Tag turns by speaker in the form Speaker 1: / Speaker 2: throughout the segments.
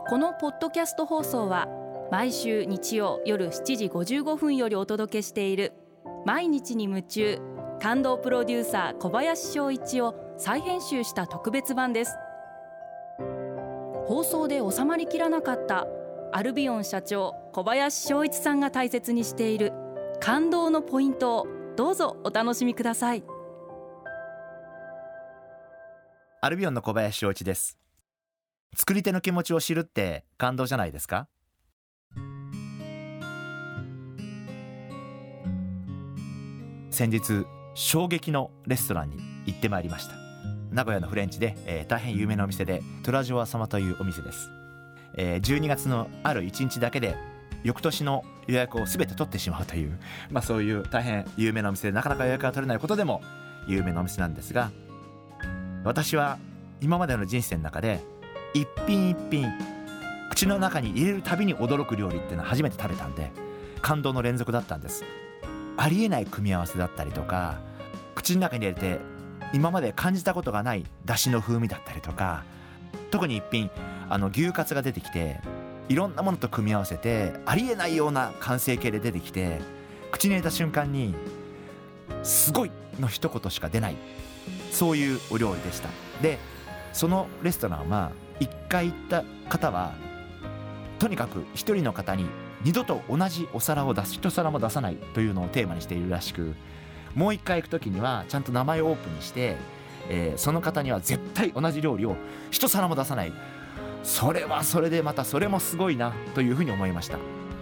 Speaker 1: このポッドキャスト放送は毎週日曜夜7時55分よりお届けしている毎日に夢中感動プロデューサー小林翔一を再編集した特別版です。放送で収まりきらなかったアルビオン社長小林翔一さんが大切にしている感動のポイントをどうぞお楽しみください。
Speaker 2: アルビオンの小林翔一です。作り手の気持ちを知るって感動じゃないですか？先日衝撃のレストランに行ってまいりました。名古屋のフレンチで、大変有名なお店でトラジョア様というお店です。12月のある1日だけで翌年の予約を全て取ってしまうという、そういう大変有名なお店でなかなか予約が取れないことでも有名なお店なんですが、私は今までの人生の中で一品一品口の中に入れるたびに驚く料理っていうのは初めて食べたんで、感動の連続だったんです。ありえない組み合わせだったりとか、口の中に入れて今まで感じたことがない出汁の風味だったりとか、特に一品牛カツが出てきていろんなものと組み合わせてありえないような完成形で出てきて、口に入れた瞬間にすごいの一言しか出ない、そういうお料理でした。でそのレストランは一回行った方はとにかく一人の方に二度と同じお皿を出す、一皿も出さないというのをテーマにしているらしく、もう一回行く時にはちゃんと名前をオープンにして、その方には絶対同じ料理を一皿も出さない。それはそれでまたそれもすごいなというふうに思いました。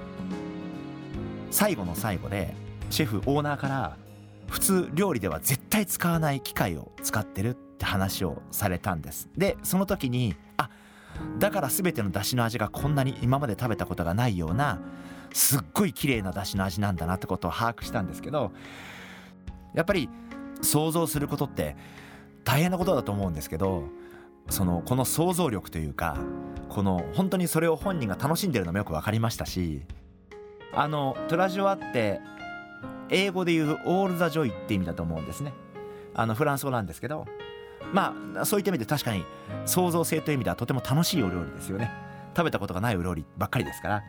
Speaker 2: 最後の最後でシェフオーナーから普通料理では絶対使わない機械を使ってるって話をされたんです。でその時にだから全ての出汁の味がこんなに今まで食べたことがないようなすっごい綺麗な出汁の味なんだなってことを把握したんですけど、やっぱり想像することって大変なことだと思うんですけど、この想像力というか、本当にそれを本人が楽しんでるのもよく分かりましたし、トラジオアって英語で言うオールザジョイって意味だと思うんですね。フランス語なんですけど、そういった意味で確かに創造性という意味ではとても楽しいお料理ですよね。食べたことがないお料理ばっかりですから、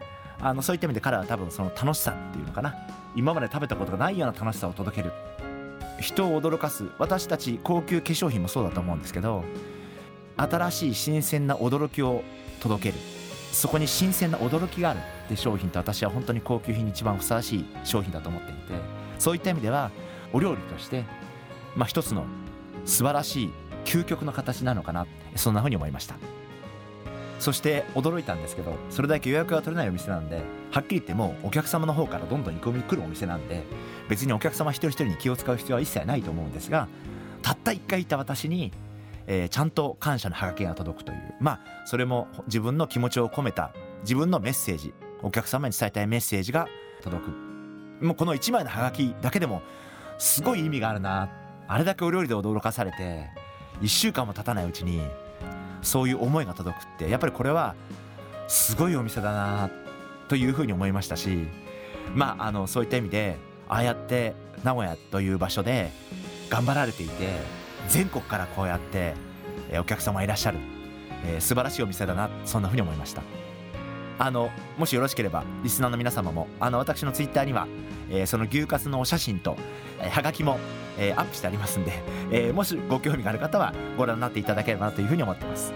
Speaker 2: そういった意味で彼は多分その楽しさっていうのかな、今まで食べたことがないような楽しさを届ける、人を驚かす。私たち高級化粧品もそうだと思うんですけど、新しい新鮮な驚きを届ける、そこに新鮮な驚きがあるって商品と、私は本当に高級品に一番ふさわしい商品だと思っていて、そういった意味ではお料理として、一つの素晴らしい究極の形なのかな、そんなふうに思いました。そして驚いたんですけど、それだけ予約が取れないお店なんで、はっきり言ってもうお客様の方からどんどん来るお店なんで、別にお客様一人一人に気を使う必要は一切ないと思うんですが、たった一回行った私に、ちゃんと感謝のハガキが届くという、それも自分の気持ちを込めた自分のメッセージ、お客様に伝えたいメッセージが届く。もうこの1枚のハガキだけでもすごい意味があるな。あれだけお料理で驚かされて1週間も経たないうちにそういう思いが届くって、やっぱりこれはすごいお店だなというふうに思いましたし、そういった意味でああやって名古屋という場所で頑張られていて、全国からこうやってお客様いらっしゃる、素晴らしいお店だな、そんなふうに思いました。もしよろしければリスナーの皆様も私のツイッターには、その牛カツのお写真と、はがきも、アップしてありますんで、もしご興味がある方はご覧になっていただければなというふうに思っています。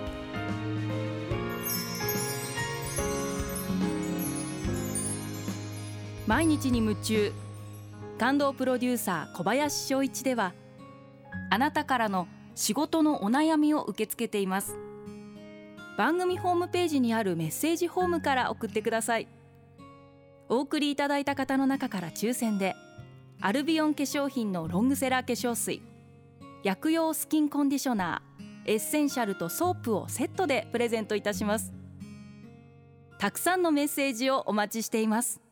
Speaker 1: 毎日に夢中感動プロデューサー小林翔一では、あなたからの仕事のお悩みを受け付けています。番組ホームページにあるメッセージフォームから送ってください。お送りいただいた方の中から抽選でアルビオン化粧品のロングセラー化粧水、薬用スキンコンディショナー、エッセンシャルとソープをセットでプレゼントいたします。たくさんのメッセージをお待ちしています。